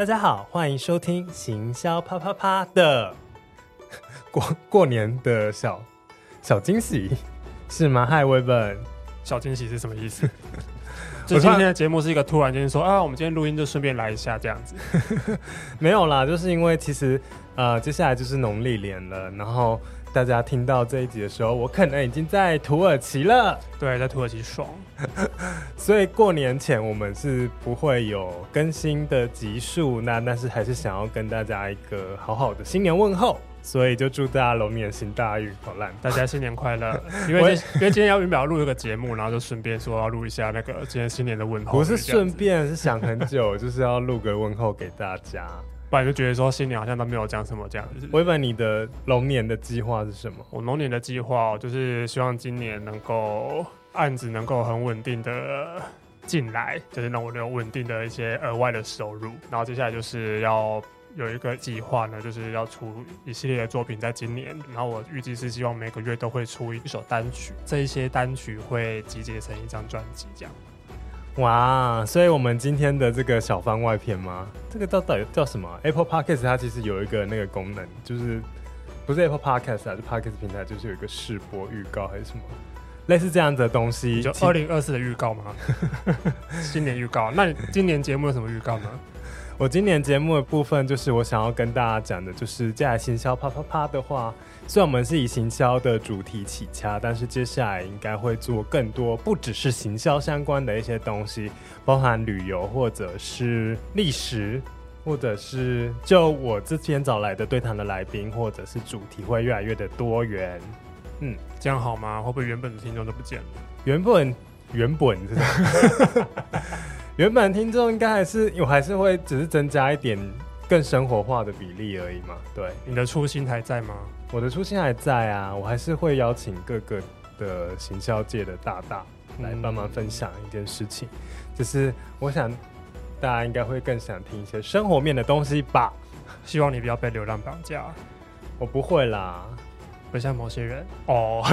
大家好，欢迎收听行销啪啪啪的过年的小惊喜，是吗？嗨，威本， 小惊喜是什么意思？就今天的节目是一个突然间说啊，我们今天录音就顺便来一下这样子。 没有啦，就是因为其实接下来就是农历年了，然后大家听到这一集的时候，我可能已经在土耳其了。 对，在土耳其爽。 所以过年前我们是不会有更新的集数，但是还是想要跟大家一个好好的新年问候。所以就祝大家龙年行大运，好烂！ 大家新年快乐！因为今天原本要录一个节目，然后就顺便说要录一下那个今天新年的问候。 不是顺便，是想很久，就是要录个问候给大家。 不然就觉得说新年好像都没有讲什么这样子。 微本，你的龙年的计划是什么？ 我龙年的计划就是希望今年能够案子能够很稳定的进来，就是让我有稳定的一些额外的收入。然后接下来就是要有一个计划呢，就是要出一系列的作品在今年，然后我预计是希望每个月都会出一首单曲，这一些单曲会集结成一张专辑这样。 哇，所以我们今天的这个小番外篇吗？这个到底叫什么 ？Apple Podcast 它其实有一个那个功能，就是不是 Apple Podcast 啊，就 Podcast 平台就是有一个试播预告还是什么类似这样子的东西， 就2024的预告吗？新年预告。那你今年节目有什么预告呢？ 我今年节目的部分就是我想要跟大家讲的，就是接下来行销啪啪啪的话，虽然我们是以行销的主题起家，但是接下来应该会做更多不只是行销相关的一些东西，包含旅游或者是历史，或者是就我之前找来的对谈的来宾，或者是主题会越来越的多元。 这样好吗？会不会原本的听众都不见了？ 原本是这样原本听众应该我还是会只是增加一点更生活化的比例而已嘛。对， 你的初心还在吗？ 我的初心还在啊，我还是会邀请各个的行销界的大大来帮忙分享一件事情，就是我想大家应该会更想听一些生活面的东西吧。 希望你不要被流量绑架。 我不会啦， 不像某些人哦。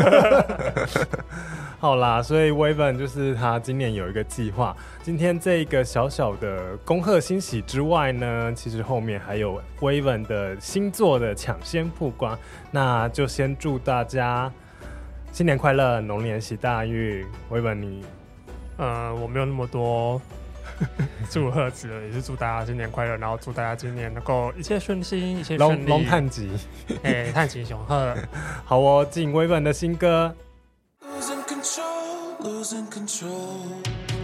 好啦，所以威本就是他今年有一个计划。今天这个小小的恭贺欣喜之外呢，其实后面还有威本的星座的抢先曝光。那就先祝大家新年快乐，龙年行大运。威本你， 我没有那么多祝贺词了，也是祝大家新年快乐，然后祝大家今年能够一切顺心，一切顺利。 龙探吉， 探吉雄鹤。 好哦，进威本的新歌。 Losing control